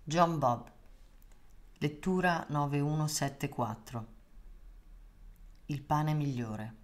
John Bob, lettura 9174. Il pane migliore.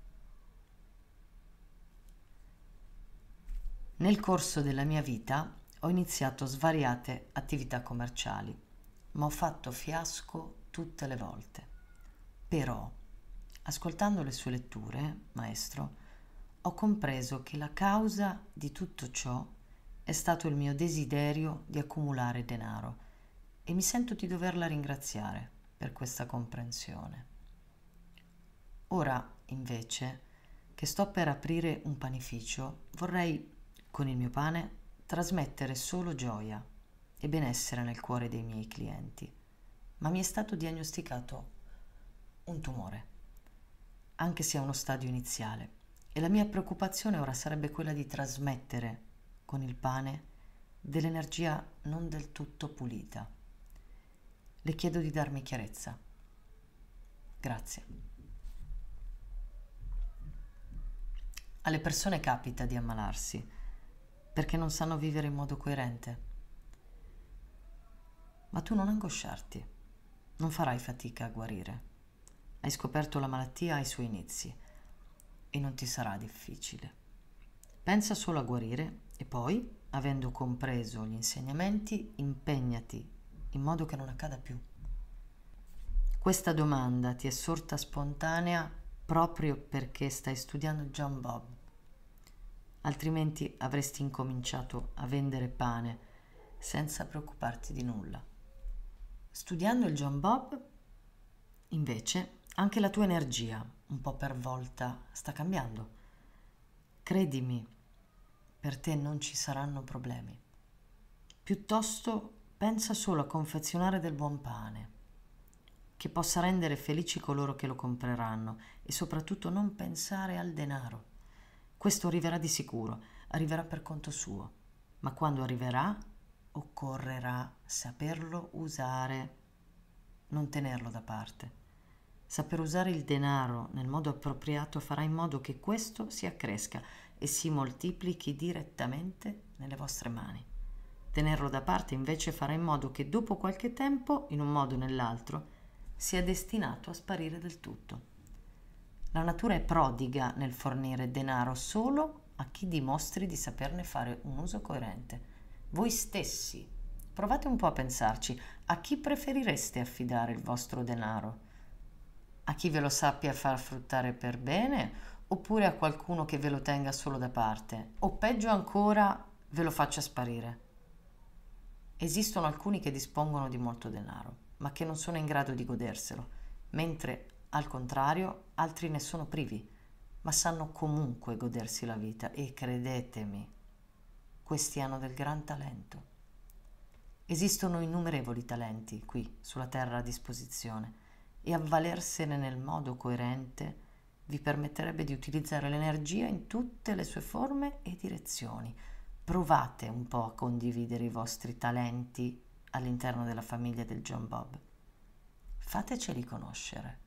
Nel corso della mia vita ho iniziato svariate attività commerciali, ma ho fatto fiasco tutte le volte. Però, ascoltando le sue letture, maestro, ho compreso che la causa di tutto ciò è stato il mio desiderio di accumulare denaro e mi sento di doverla ringraziare per questa comprensione. Ora, invece, che sto per aprire un panificio, vorrei, con il mio pane, trasmettere solo gioia e benessere nel cuore dei miei clienti. Ma mi è stato diagnosticato un tumore, anche se è uno stadio iniziale, e la mia preoccupazione ora sarebbe quella di trasmettere con il pane dell'energia non del tutto pulita. Le chiedo di darmi chiarezza. Grazie. Alle persone capita di ammalarsi perché non sanno vivere in modo coerente. Ma tu non angosciarti, non farai fatica a guarire. Hai scoperto la malattia ai suoi inizi e non ti sarà difficile. Pensa solo a guarire e poi, avendo compreso gli insegnamenti, impegnati in modo che non accada più. Questa domanda ti è sorta spontanea proprio perché stai studiando John Bob. Altrimenti avresti incominciato a vendere pane senza preoccuparti di nulla. Studiando il John Bob, invece, anche la tua energia, un po' per volta, sta cambiando. Credimi, per te non ci saranno problemi. Piuttosto pensa solo a confezionare del buon pane, che possa rendere felici coloro che lo compreranno, e soprattutto non pensare al denaro. Questo arriverà di sicuro, arriverà per conto suo, ma quando arriverà occorrerà saperlo usare, non tenerlo da parte. Saper usare il denaro nel modo appropriato farà in modo che questo si accresca e si moltiplichi direttamente nelle vostre mani. Tenerlo da parte invece farà in modo che dopo qualche tempo, in un modo o nell'altro, sia destinato a sparire del tutto. La natura è prodiga nel fornire denaro solo a chi dimostri di saperne fare un uso coerente. Voi stessi, provate un po' a pensarci, a chi preferireste affidare il vostro denaro? A chi ve lo sappia far fruttare per bene oppure a qualcuno che ve lo tenga solo da parte? O peggio ancora, ve lo faccia sparire? Esistono alcuni che dispongono di molto denaro, ma che non sono in grado di goderselo, mentre al contrario altri ne sono privi, ma sanno comunque godersi la vita e credetemi, questi hanno del gran talento. Esistono innumerevoli talenti qui sulla terra a disposizione e avvalersene nel modo coerente vi permetterebbe di utilizzare l'energia in tutte le sue forme e direzioni. Provate un po' a condividere i vostri talenti all'interno della famiglia del John Bob. Fateceli conoscere.